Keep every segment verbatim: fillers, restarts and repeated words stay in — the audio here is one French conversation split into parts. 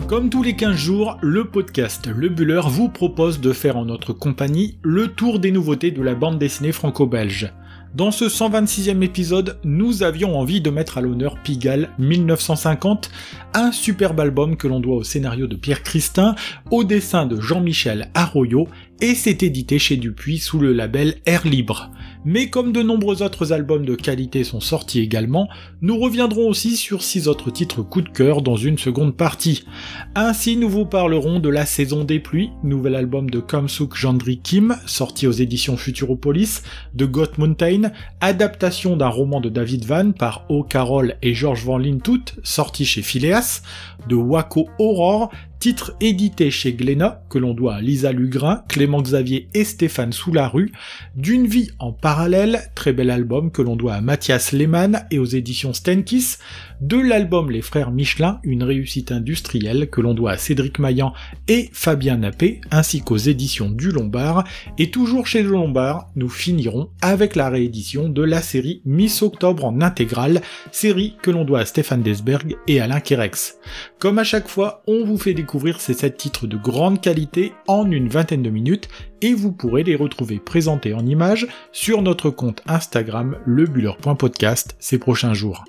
Comme tous les quinze jours, le podcast Le Buller vous propose de faire en notre compagnie le tour des nouveautés de la bande dessinée franco-belge. Dans ce cent vingt-sixième épisode, nous avions envie de mettre à l'honneur Pigalle mille neuf cent cinquante, un superbe album que l'on doit au scénario de Pierre Christin, au dessin de Jean-Michel Arroyo, et c'est édité chez Dupuis sous le label Air Libre. Mais comme de nombreux autres albums de qualité sont sortis également, nous reviendrons aussi sur six autres titres coup de cœur dans une seconde partie. Ainsi, nous vous parlerons de La Saison des Pluies, nouvel album de Kumsuk Jandri Kim, sorti aux éditions Futuropolis, de Goat Mountain, adaptation d'un roman de David Van par O. Carroll et Georges Van Lintout, sorti chez Phileas, de Waco Aurore, titre édité chez Glénat, que l'on doit à Lisa Lugrin, Clément Xavier et Stéphane Soularue, d'Une vie en parallèle, très bel album que l'on doit à Mathias Lehmann et aux éditions Stenkis, de l'album Les Frères Michelin, une réussite industrielle que l'on doit à Cédric Maillan et Fabien Nappé, ainsi qu'aux éditions du Lombard, et toujours chez le Lombard, nous finirons avec la réédition de la série Miss Octobre en intégrale, série que l'on doit à Stéphane Desberg et Alain Kérex. Comme à chaque fois, on vous fait découvrir ces sept titres de grande qualité en une vingtaine de minutes, et vous pourrez les retrouver présentés en images sur notre compte Instagram lebuller point podcast ces prochains jours.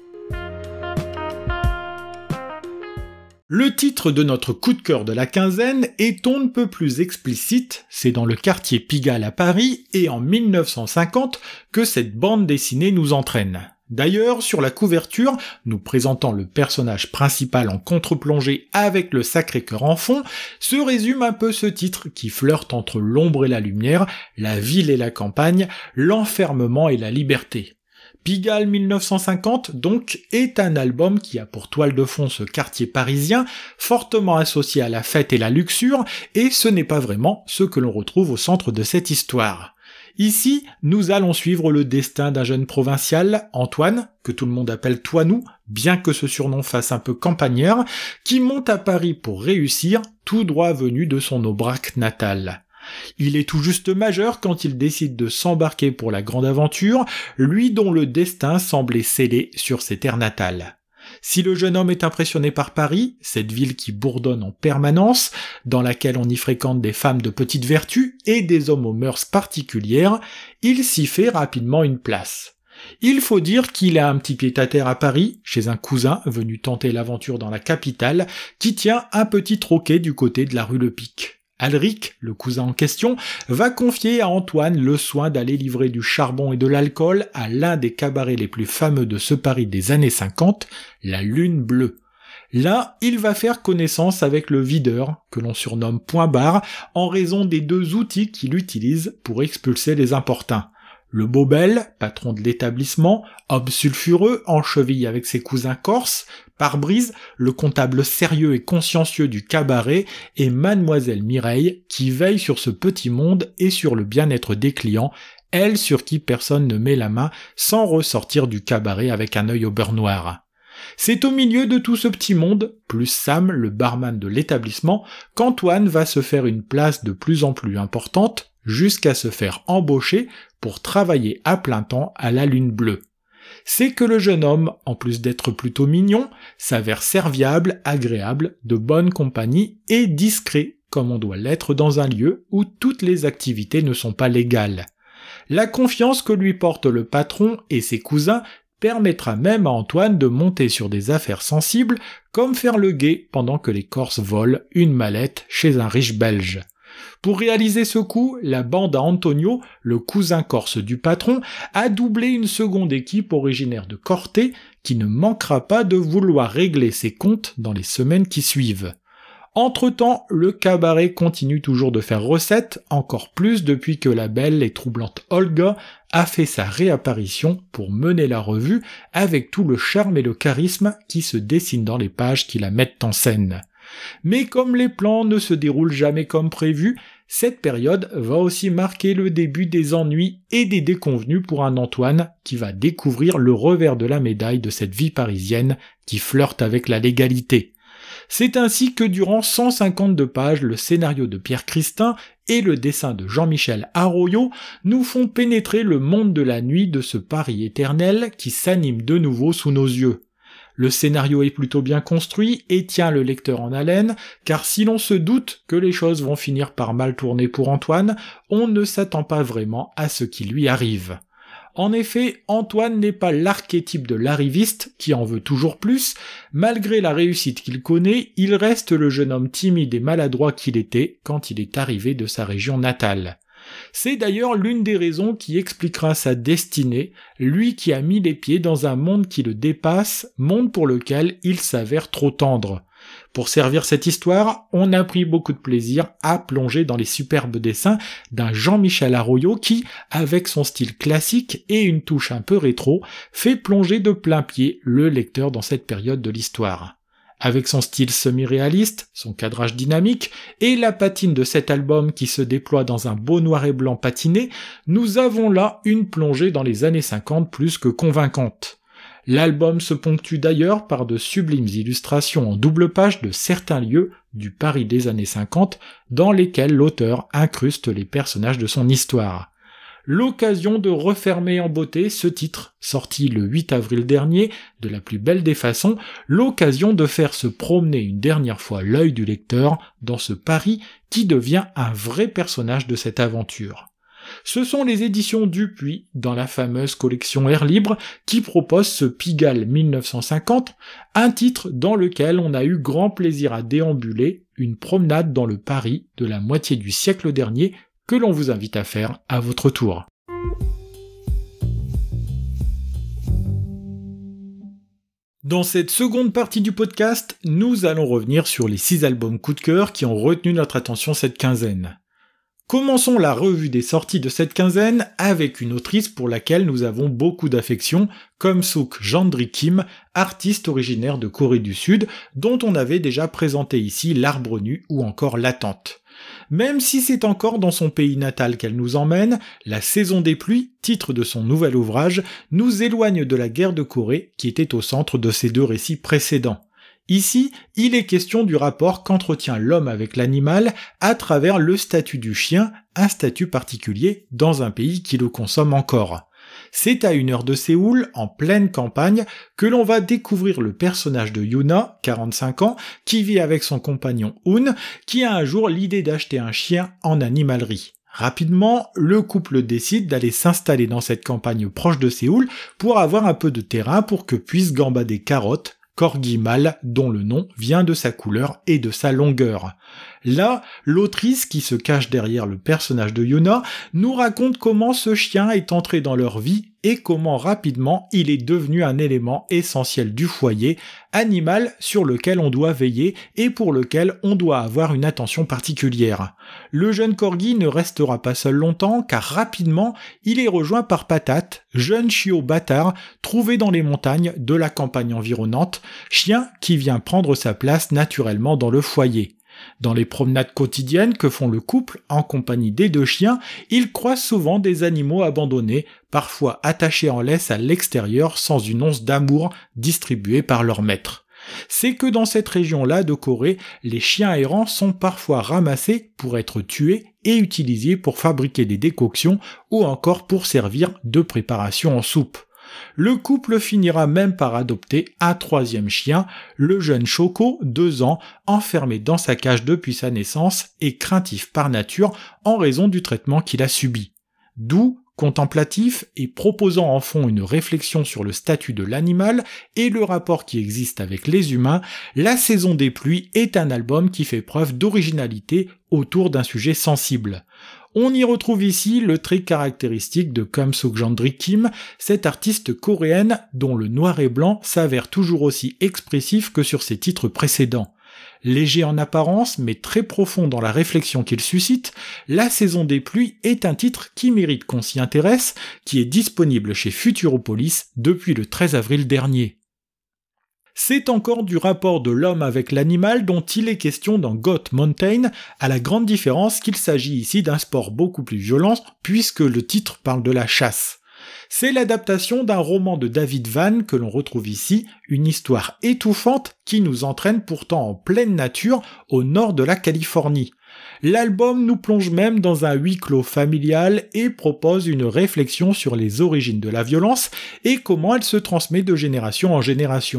Le titre de notre coup de cœur de la quinzaine est on ne peut plus explicite, c'est dans le quartier Pigalle à Paris et en mille neuf cent cinquante que cette bande dessinée nous entraîne. D'ailleurs, sur la couverture, nous présentant le personnage principal en contre-plongée avec le Sacré-Cœur en fond, se résume un peu ce titre qui flirte entre l'ombre et la lumière, la ville et la campagne, l'enfermement et la liberté. Pigalle mille neuf cent cinquante, donc, est un album qui a pour toile de fond ce quartier parisien, fortement associé à la fête et la luxure, et ce n'est pas vraiment ce que l'on retrouve au centre de cette histoire. Ici, nous allons suivre le destin d'un jeune provincial, Antoine, que tout le monde appelle Toinou, bien que ce surnom fasse un peu campagnard, qui monte à Paris pour réussir, tout droit venu de son Aubrac natal. Il est tout juste majeur quand il décide de s'embarquer pour la grande aventure, lui dont le destin semblait scellé sur ses terres natales. Si le jeune homme est impressionné par Paris, cette ville qui bourdonne en permanence, dans laquelle on y fréquente des femmes de petite vertu et des hommes aux mœurs particulières, il s'y fait rapidement une place. Il faut dire qu'il a un petit pied-à-terre à Paris, chez un cousin venu tenter l'aventure dans la capitale, qui tient un petit troquet du côté de la rue Le Pic. Alric, le cousin en question, va confier à Antoine le soin d'aller livrer du charbon et de l'alcool à l'un des cabarets les plus fameux de ce Paris des années cinquante, la Lune Bleue. Là, il va faire connaissance avec le videur, que l'on surnomme Point Barre, en raison des deux outils qu'il utilise pour expulser les importuns. Le Bobel, patron de l'établissement, homme sulfureux, en cheville avec ses cousins corses, Pare-brise, le comptable sérieux et consciencieux du cabaret, et Mademoiselle Mireille, qui veille sur ce petit monde et sur le bien-être des clients, elle sur qui personne ne met la main sans ressortir du cabaret avec un œil au beurre noir. C'est au milieu de tout ce petit monde, plus Sam, le barman de l'établissement, qu'Antoine va se faire une place de plus en plus importante, jusqu'à se faire embaucher pour travailler à plein temps à la Lune Bleue. C'est que le jeune homme, en plus d'être plutôt mignon, s'avère serviable, agréable, de bonne compagnie et discret, comme on doit l'être dans un lieu où toutes les activités ne sont pas légales. La confiance que lui porte le patron et ses cousins permettra même à Antoine de monter sur des affaires sensibles, comme faire le guet pendant que les Corses volent une mallette chez un riche Belge. Pour réaliser ce coup, la bande à Antonio, le cousin corse du patron, a doublé une seconde équipe originaire de Corté qui ne manquera pas de vouloir régler ses comptes dans les semaines qui suivent. Entre-temps, le cabaret continue toujours de faire recette, encore plus depuis que la belle et troublante Olga a fait sa réapparition pour mener la revue avec tout le charme et le charisme qui se dessinent dans les pages qui la mettent en scène. Mais comme les plans ne se déroulent jamais comme prévu, cette période va aussi marquer le début des ennuis et des déconvenues pour un Antoine qui va découvrir le revers de la médaille de cette vie parisienne qui flirte avec la légalité. C'est ainsi que durant cent cinquante-deux pages, le scénario de Pierre Christin et le dessin de Jean-Michel Arroyo nous font pénétrer le monde de la nuit de ce Paris éternel qui s'anime de nouveau sous nos yeux. Le scénario est plutôt bien construit et tient le lecteur en haleine, car si l'on se doute que les choses vont finir par mal tourner pour Antoine, on ne s'attend pas vraiment à ce qui lui arrive. En effet, Antoine n'est pas l'archétype de l'arriviste qui en veut toujours plus. Malgré la réussite qu'il connaît, il reste le jeune homme timide et maladroit qu'il était quand il est arrivé de sa région natale. C'est d'ailleurs l'une des raisons qui expliquera sa destinée, lui qui a mis les pieds dans un monde qui le dépasse, monde pour lequel il s'avère trop tendre. Pour servir cette histoire, on a pris beaucoup de plaisir à plonger dans les superbes dessins d'un Jean-Michel Arroyo qui, avec son style classique et une touche un peu rétro, fait plonger de plein pied le lecteur dans cette période de l'histoire. Avec son style semi-réaliste, son cadrage dynamique et la patine de cet album qui se déploie dans un beau noir et blanc patiné, nous avons là une plongée dans les années cinquante plus que convaincante. L'album se ponctue d'ailleurs par de sublimes illustrations en double page de certains lieux du Paris des années cinquante dans lesquels l'auteur incruste les personnages de son histoire. L'occasion de refermer en beauté ce titre, sorti le huit avril dernier, de la plus belle des façons, l'occasion de faire se promener une dernière fois l'œil du lecteur dans ce Paris qui devient un vrai personnage de cette aventure. Ce sont les éditions Dupuis, dans la fameuse collection Air Libre, qui proposent ce Pigalle mille neuf cent cinquante, un titre dans lequel on a eu grand plaisir à déambuler, une promenade dans le Paris de la moitié du siècle dernier, que l'on vous invite à faire à votre tour. Dans cette seconde partie du podcast, nous allons revenir sur les six albums coup de cœur qui ont retenu notre attention cette quinzaine. Commençons la revue des sorties de cette quinzaine avec une autrice pour laquelle nous avons beaucoup d'affection, Kumsuk Jandri Kim, artiste originaire de Corée du Sud, dont on avait déjà présenté ici L'Arbre nu ou encore L'Attente. Même si c'est encore dans son pays natal qu'elle nous emmène, La Saison des pluies, titre de son nouvel ouvrage, nous éloigne de la guerre de Corée qui était au centre de ces deux récits précédents. Ici, il est question du rapport qu'entretient l'homme avec l'animal à travers le statut du chien, un statut particulier dans un pays qui le consomme encore. C'est à une heure de Séoul, en pleine campagne, que l'on va découvrir le personnage de Yuna, quarante-cinq ans, qui vit avec son compagnon Hoon, qui a un jour l'idée d'acheter un chien en animalerie. Rapidement, le couple décide d'aller s'installer dans cette campagne proche de Séoul pour avoir un peu de terrain pour que puisse gambader Carotte, corgi mâle dont le nom vient de sa couleur et de sa longueur. Là, l'autrice qui se cache derrière le personnage de Yuna nous raconte comment ce chien est entré dans leur vie et comment rapidement il est devenu un élément essentiel du foyer, animal sur lequel on doit veiller et pour lequel on doit avoir une attention particulière. Le jeune corgi ne restera pas seul longtemps car rapidement il est rejoint par Patate, jeune chiot bâtard trouvé dans les montagnes de la campagne environnante, chien qui vient prendre sa place naturellement dans le foyer. Dans les promenades quotidiennes que font le couple en compagnie des deux chiens, ils croisent souvent des animaux abandonnés, parfois attachés en laisse à l'extérieur sans une once d'amour distribuée par leur maître. C'est que dans cette région-là de Corée, les chiens errants sont parfois ramassés pour être tués et utilisés pour fabriquer des décoctions ou encore pour servir de préparation en soupe. Le couple finira même par adopter un troisième chien, le jeune Choco, deux ans, enfermé dans sa cage depuis sa naissance et craintif par nature en raison du traitement qu'il a subi. Doux, contemplatif et proposant en fond une réflexion sur le statut de l'animal et le rapport qui existe avec les humains, La Saison des pluies est un album qui fait preuve d'originalité autour d'un sujet sensible. On y retrouve ici le trait caractéristique de Kumsuk Jandri Kim, cette artiste coréenne dont le noir et blanc s'avère toujours aussi expressif que sur ses titres précédents. Léger en apparence, mais très profond dans la réflexion qu'il suscite, La Saison des pluies est un titre qui mérite qu'on s'y intéresse, qui est disponible chez Futuropolis depuis le treize avril dernier. C'est encore du rapport de l'homme avec l'animal dont il est question dans Goat Mountain, à la grande différence qu'il s'agit ici d'un sport beaucoup plus violent puisque le titre parle de la chasse. C'est l'adaptation d'un roman de David Vann que l'on retrouve ici, une histoire étouffante qui nous entraîne pourtant en pleine nature au nord de la Californie. L'album nous plonge même dans un huis clos familial et propose une réflexion sur les origines de la violence et comment elle se transmet de génération en génération.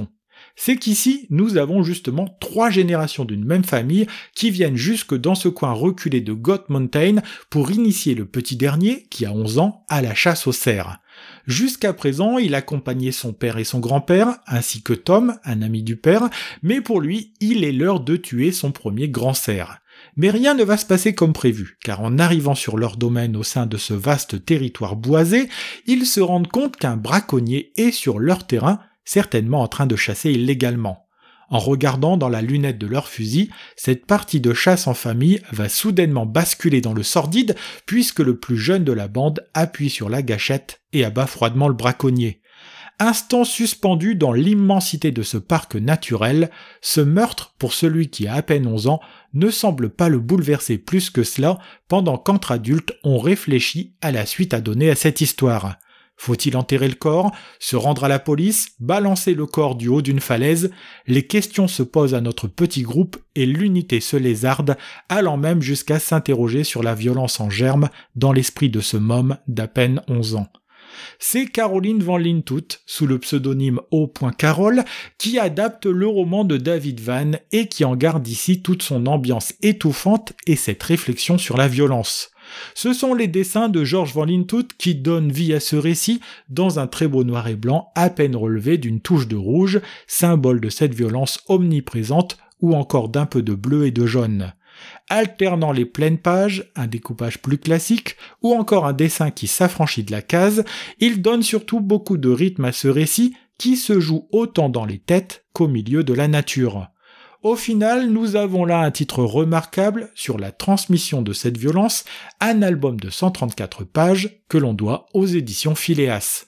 C'est qu'ici, nous avons justement trois générations d'une même famille qui viennent jusque dans ce coin reculé de Goat Mountain pour initier le petit dernier, qui a onze ans, à la chasse aux cerfs. Jusqu'à présent, il accompagnait son père et son grand-père, ainsi que Tom, un ami du père, mais pour lui, il est l'heure de tuer son premier grand cerf. Mais rien ne va se passer comme prévu, car en arrivant sur leur domaine au sein de ce vaste territoire boisé, ils se rendent compte qu'un braconnier est sur leur terrain, certainement en train de chasser illégalement. En regardant dans la lunette de leur fusil, cette partie de chasse en famille va soudainement basculer dans le sordide puisque le plus jeune de la bande appuie sur la gâchette et abat froidement le braconnier. Instant suspendu dans l'immensité de ce parc naturel, ce meurtre, pour celui qui a à peine onze ans, ne semble pas le bouleverser plus que cela, pendant qu'entre adultes on réfléchit à la suite à donner à cette histoire. Faut-il enterrer le corps, se rendre à la police, balancer le corps du haut d'une falaise? Les questions se posent à notre petit groupe et l'unité se lézarde, allant même jusqu'à s'interroger sur la violence en germe dans l'esprit de ce môme d'à peine onze ans. C'est Caroline Van Lintout, sous le pseudonyme O. Carole, qui adapte le roman de David Vann et qui en garde ici toute son ambiance étouffante et cette réflexion sur la violence. Ce sont les dessins de George Van Lintout qui donnent vie à ce récit dans un très beau noir et blanc à peine relevé d'une touche de rouge, symbole de cette violence omniprésente ou encore d'un peu de bleu et de jaune. Alternant les pleines pages, un découpage plus classique ou encore un dessin qui s'affranchit de la case, il donne surtout beaucoup de rythme à ce récit qui se joue autant dans les têtes qu'au milieu de la nature. Au final, nous avons là un titre remarquable sur la transmission de cette violence, un album de cent trente-quatre pages que l'on doit aux éditions Phileas.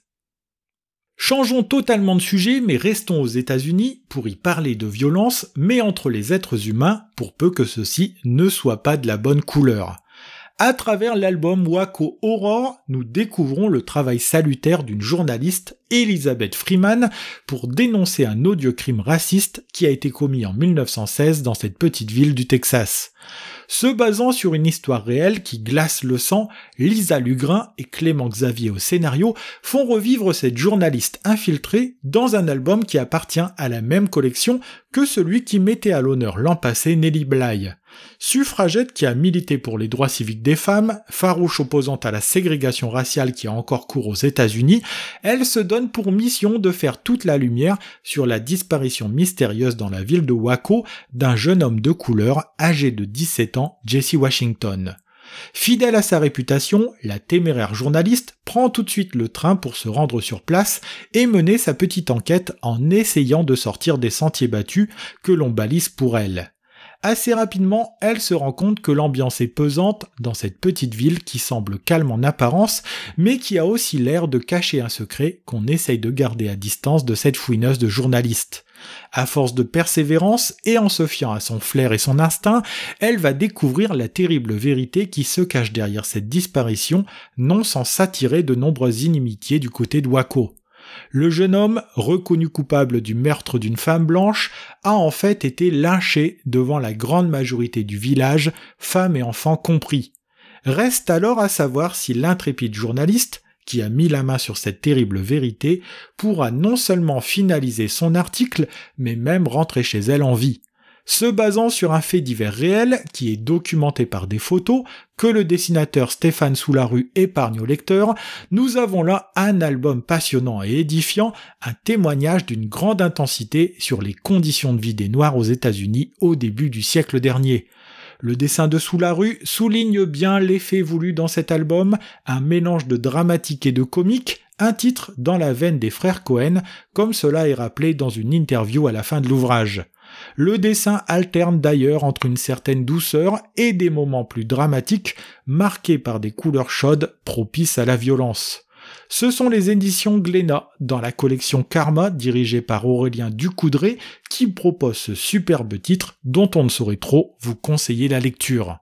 Changeons totalement de sujet, mais restons aux États-Unis pour y parler de violence, mais entre les êtres humains, pour peu que ceux-ci ne soient pas de la bonne couleur. À travers l'album Waco Horror, nous découvrons le travail salutaire d'une journaliste, Elizabeth Freeman, pour dénoncer un odieux crime raciste qui a été commis en mille neuf cent seize dans cette petite ville du Texas. Se basant sur une histoire réelle qui glace le sang, Lisa Lugrin et Clément Xavier au scénario font revivre cette journaliste infiltrée dans un album qui appartient à la même collection que celui qui mettait à l'honneur l'an passé Nellie Bly. Suffragette qui a milité pour les droits civiques des femmes, farouche opposante à la ségrégation raciale qui a encore cours aux États-Unis, elle se donne pour mission de faire toute la lumière sur la disparition mystérieuse dans la ville de Waco d'un jeune homme de couleur âgé de dix-sept ans, Jesse Washington. Fidèle à sa réputation, la téméraire journaliste prend tout de suite le train pour se rendre sur place et mener sa petite enquête en essayant de sortir des sentiers battus que l'on balise pour elle. Assez rapidement, elle se rend compte que l'ambiance est pesante dans cette petite ville qui semble calme en apparence, mais qui a aussi l'air de cacher un secret qu'on essaye de garder à distance de cette fouineuse de journaliste. À force de persévérance et en se fiant à son flair et son instinct, elle va découvrir la terrible vérité qui se cache derrière cette disparition, non sans s'attirer de nombreuses inimitiés du côté de Waco. Le jeune homme, reconnu coupable du meurtre d'une femme blanche, a en fait été lynché devant la grande majorité du village, femmes et enfants compris. Reste alors à savoir si l'intrépide journaliste, qui a mis la main sur cette terrible vérité, pourra non seulement finaliser son article, mais même rentrer chez elle en vie. Se basant sur un fait divers réel, qui est documenté par des photos, que le dessinateur Stéphane Soularue épargne au lecteur, nous avons là un album passionnant et édifiant, un témoignage d'une grande intensité sur les conditions de vie des Noirs aux États-Unis au début du siècle dernier. Le dessin de Soularue souligne bien l'effet voulu dans cet album, un mélange de dramatique et de comique, un titre dans la veine des frères Cohen, comme cela est rappelé dans une interview à la fin de l'ouvrage. Le dessin alterne d'ailleurs entre une certaine douceur et des moments plus dramatiques, marqués par des couleurs chaudes propices à la violence. Ce sont les éditions Glénat, dans la collection Karma, dirigée par Aurélien Ducoudray, qui propose ce superbe titre dont on ne saurait trop vous conseiller la lecture.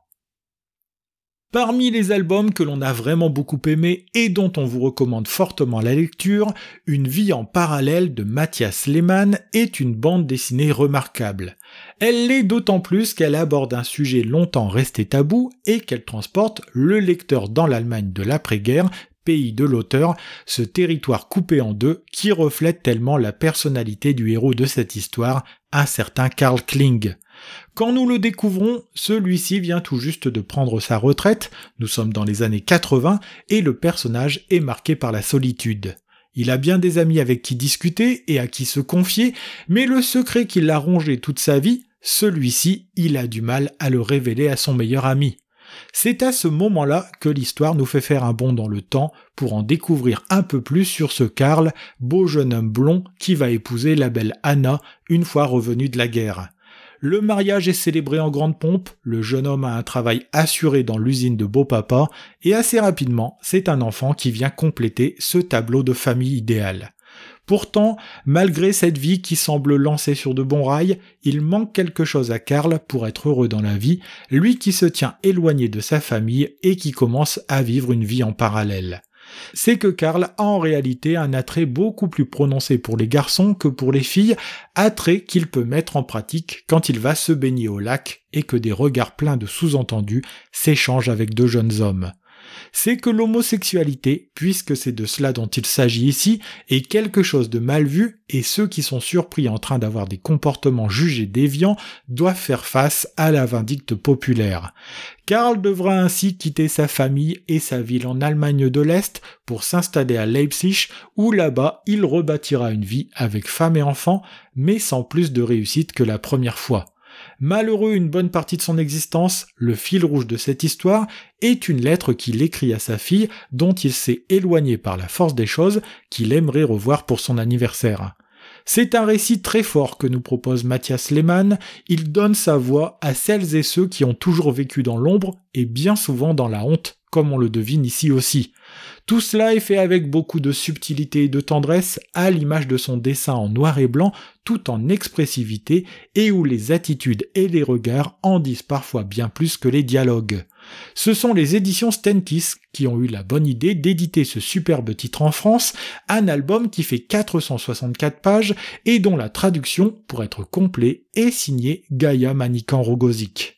Parmi les albums que l'on a vraiment beaucoup aimés et dont on vous recommande fortement la lecture, Une vie en parallèle de Mathias Lehmann est une bande dessinée remarquable. Elle l'est d'autant plus qu'elle aborde un sujet longtemps resté tabou et qu'elle transporte le lecteur dans l'Allemagne de l'après-guerre, pays de l'auteur, ce territoire coupé en deux qui reflète tellement la personnalité du héros de cette histoire, un certain Karl Kling. Quand nous le découvrons, celui-ci vient tout juste de prendre sa retraite, nous sommes dans les années quatre-vingts, et le personnage est marqué par la solitude. Il a bien des amis avec qui discuter et à qui se confier, mais le secret qui l'a rongé toute sa vie, celui-ci, il a du mal à le révéler à son meilleur ami. C'est à ce moment-là que l'histoire nous fait faire un bond dans le temps pour en découvrir un peu plus sur ce Karl, beau jeune homme blond qui va épouser la belle Anna une fois revenu de la guerre. Le mariage est célébré en grande pompe, le jeune homme a un travail assuré dans l'usine de Beau-Papa, et assez rapidement, c'est un enfant qui vient compléter ce tableau de famille idéale. Pourtant, malgré cette vie qui semble lancée sur de bons rails, il manque quelque chose à Karl pour être heureux dans la vie, lui qui se tient éloigné de sa famille et qui commence à vivre une vie en parallèle. C'est que Karl a en réalité un attrait beaucoup plus prononcé pour les garçons que pour les filles, attrait qu'il peut mettre en pratique quand il va se baigner au lac et que des regards pleins de sous-entendus s'échangent avec deux jeunes hommes. C'est que l'homosexualité, puisque c'est de cela dont il s'agit ici, est quelque chose de mal vu et ceux qui sont surpris en train d'avoir des comportements jugés déviants doivent faire face à la vindicte populaire. Karl devra ainsi quitter sa famille et sa ville en Allemagne de l'Est pour s'installer à Leipzig où là-bas il rebâtira une vie avec femme et enfants, mais sans plus de réussite que la première fois. Malheureux une bonne partie de son existence, le fil rouge de cette histoire est une lettre qu'il écrit à sa fille dont il s'est éloigné par la force des choses qu'il aimerait revoir pour son anniversaire. C'est un récit très fort que nous propose Matthias Lehmann, il donne sa voix à celles et ceux qui ont toujours vécu dans l'ombre et bien souvent dans la honte, comme on le devine ici aussi. Tout cela est fait avec beaucoup de subtilité et de tendresse, à l'image de son dessin en noir et blanc, tout en expressivité, et où les attitudes et les regards en disent parfois bien plus que les dialogues. Ce sont les éditions Stentis qui ont eu la bonne idée d'éditer ce superbe titre en France, un album qui fait quatre cent soixante-quatre pages et dont la traduction, pour être complet, est signée Gaïa Manican-Rogozic.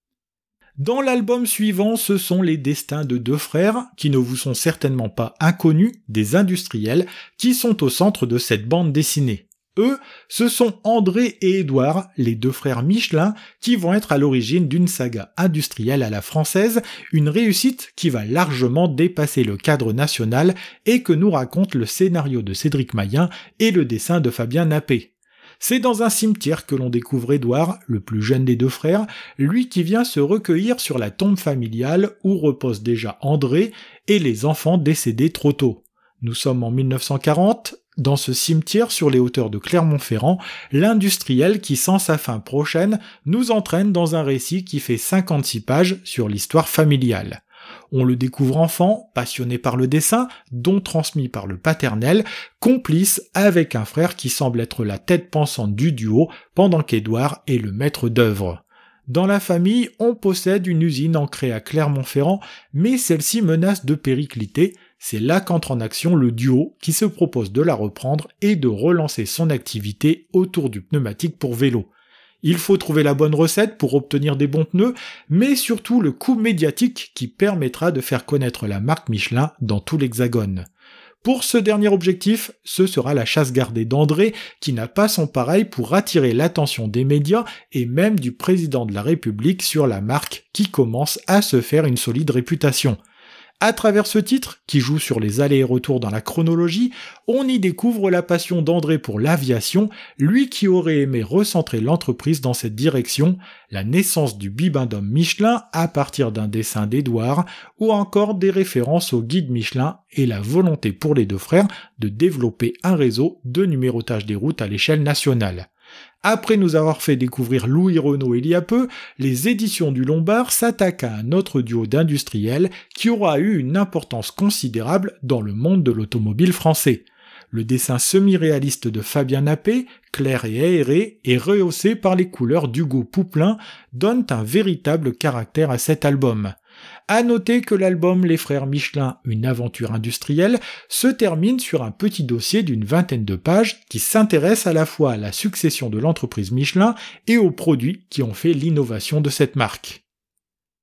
Dans l'album suivant, ce sont les destins de deux frères, qui ne vous sont certainement pas inconnus, des industriels, qui sont au centre de cette bande dessinée. Eux, ce sont André et Édouard, les deux frères Michelin, qui vont être à l'origine d'une saga industrielle à la française, une réussite qui va largement dépasser le cadre national et que nous raconte le scénario de Cédric Maillen et le dessin de Fabien Nappé. C'est dans un cimetière que l'on découvre Édouard, le plus jeune des deux frères, lui qui vient se recueillir sur la tombe familiale où repose déjà André et les enfants décédés trop tôt. Nous sommes en mille neuf cent quarante, dans ce cimetière sur les hauteurs de Clermont-Ferrand, l'industriel qui sent sa fin prochaine nous entraîne dans un récit qui fait cinquante-six pages sur l'histoire familiale. On le découvre enfant, passionné par le dessin, don transmis par le paternel, complice avec un frère qui semble être la tête pensante du duo, pendant qu'Édouard est le maître d'œuvre. Dans la famille, on possède une usine ancrée à Clermont-Ferrand, mais celle-ci menace de péricliter. C'est là qu'entre en action le duo qui se propose de la reprendre et de relancer son activité autour du pneumatique pour vélo. Il faut trouver la bonne recette pour obtenir des bons pneus, mais surtout le coup médiatique qui permettra de faire connaître la marque Michelin dans tout l'Hexagone. Pour ce dernier objectif, ce sera la chasse gardée d'André, qui n'a pas son pareil pour attirer l'attention des médias et même du président de la République sur la marque qui commence à se faire une solide réputation. À travers ce titre, qui joue sur les allers et retours dans la chronologie, on y découvre la passion d'André pour l'aviation, lui qui aurait aimé recentrer l'entreprise dans cette direction, la naissance du bibendum Michelin à partir d'un dessin d'Édouard, ou encore des références au guide Michelin et la volonté pour les deux frères de développer un réseau de numérotage des routes à l'échelle nationale. Après nous avoir fait découvrir Louis Renault il y a peu, les éditions du Lombard s'attaquent à un autre duo d'industriels qui aura eu une importance considérable dans le monde de l'automobile français. Le dessin semi-réaliste de Fabien Nappé, clair et aéré, et rehaussé par les couleurs d'Hugo Pouplin, donne un véritable caractère à cet album. À noter que l'album Les Frères Michelin, une aventure industrielle, se termine sur un petit dossier d'une vingtaine de pages qui s'intéresse à la fois à la succession de l'entreprise Michelin et aux produits qui ont fait l'innovation de cette marque.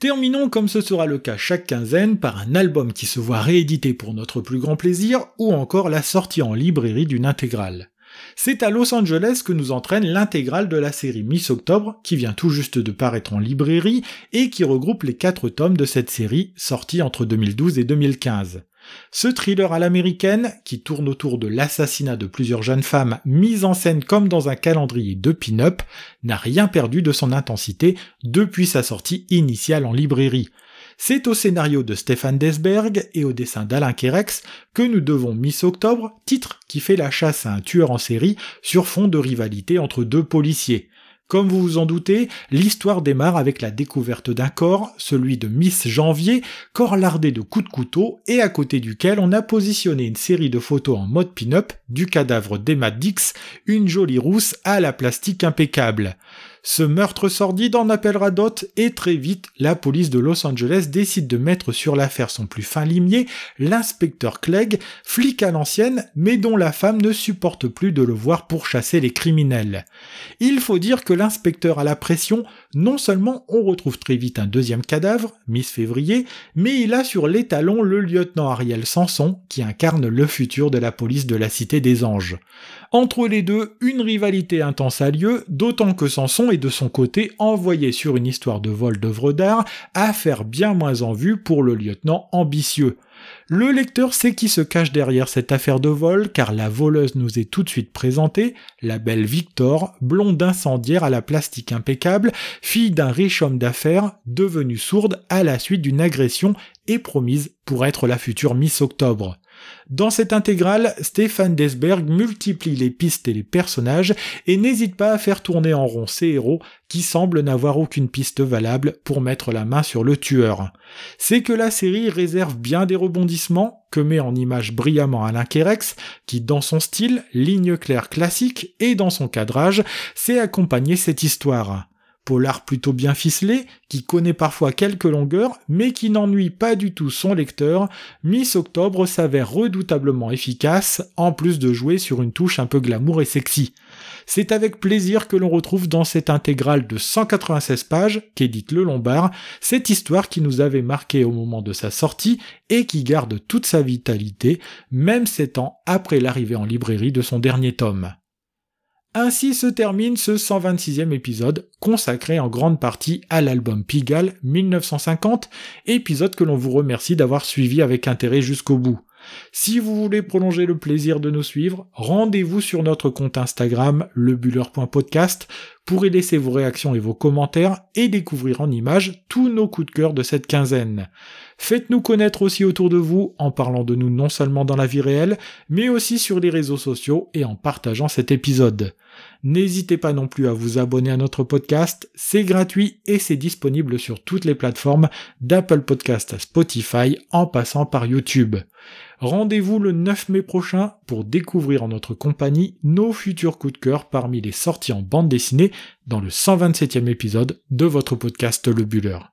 Terminons, comme ce sera le cas chaque quinzaine, par un album qui se voit réédité pour notre plus grand plaisir, ou encore la sortie en librairie d'une intégrale. C'est à Los Angeles que nous entraîne l'intégrale de la série Miss Octobre, qui vient tout juste de paraître en librairie, et qui regroupe les quatre tomes de cette série, sortis entre deux mille douze et deux mille quinze. Ce thriller à l'américaine, qui tourne autour de l'assassinat de plusieurs jeunes femmes mises en scène comme dans un calendrier de pin-up, n'a rien perdu de son intensité depuis sa sortie initiale en librairie. C'est au scénario de Stéphane Desberg et au dessin d'Alain Kérex que nous devons Miss Octobre, titre qui fait la chasse à un tueur en série sur fond de rivalité entre deux policiers. Comme vous vous en doutez, l'histoire démarre avec la découverte d'un corps, celui de Miss Janvier, corps lardé de coups de couteau et à côté duquel on a positionné une série de photos en mode pin-up du cadavre d'Emma Dix, une jolie rousse à la plastique impeccable. Ce meurtre sordide en appellera d'autres et très vite, la police de Los Angeles décide de mettre sur l'affaire son plus fin limier, l'inspecteur Clegg, flic à l'ancienne, mais dont la femme ne supporte plus de le voir pourchasser les criminels. Il faut dire que l'inspecteur a la pression, non seulement on retrouve très vite un deuxième cadavre, Miss Février, mais il a sur les talons le lieutenant Ariel Sanson, qui incarne le futur de la police de la Cité des Anges. Entre les deux, une rivalité intense a lieu, d'autant que Sanson est de son côté envoyé sur une histoire de vol d'œuvres d'art, affaire bien moins en vue pour le lieutenant ambitieux. Le lecteur sait qui se cache derrière cette affaire de vol, car la voleuse nous est tout de suite présentée, la belle Victor, blonde incendiaire à la plastique impeccable, fille d'un riche homme d'affaires, devenue sourde à la suite d'une agression et promise pour être la future Miss Octobre. Dans cette intégrale, Stéphane Desberg multiplie les pistes et les personnages et n'hésite pas à faire tourner en rond ses héros qui semblent n'avoir aucune piste valable pour mettre la main sur le tueur. C'est que la série réserve bien des rebondissements que met en image brillamment Alain Kérex, qui dans son style, ligne claire classique et dans son cadrage, sait accompagner cette histoire. Polar plutôt bien ficelé, qui connaît parfois quelques longueurs, mais qui n'ennuie pas du tout son lecteur, Miss Octobre s'avère redoutablement efficace, en plus de jouer sur une touche un peu glamour et sexy. C'est avec plaisir que l'on retrouve dans cette intégrale de cent quatre-vingt-seize pages, qu'édite Le Lombard, cette histoire qui nous avait marqué au moment de sa sortie et qui garde toute sa vitalité, même sept ans après l'arrivée en librairie de son dernier tome. Ainsi se termine ce cent vingt-sixième épisode, consacré en grande partie à l'album Pigalle mille neuf cent cinquante, épisode que l'on vous remercie d'avoir suivi avec intérêt jusqu'au bout. Si vous voulez prolonger le plaisir de nous suivre, rendez-vous sur notre compte Instagram, lebuller point podcast, pour y laisser vos réactions et vos commentaires et découvrir en images tous nos coups de cœur de cette quinzaine. Faites-nous connaître aussi autour de vous en parlant de nous non seulement dans la vie réelle, mais aussi sur les réseaux sociaux et en partageant cet épisode. N'hésitez pas non plus à vous abonner à notre podcast, c'est gratuit et c'est disponible sur toutes les plateformes d'Apple Podcast à Spotify en passant par YouTube. Rendez-vous le neuf mai prochain pour découvrir en notre compagnie nos futurs coups de cœur parmi les sorties en bande dessinée dans le cent vingt-septième épisode de votre podcast Le Buller.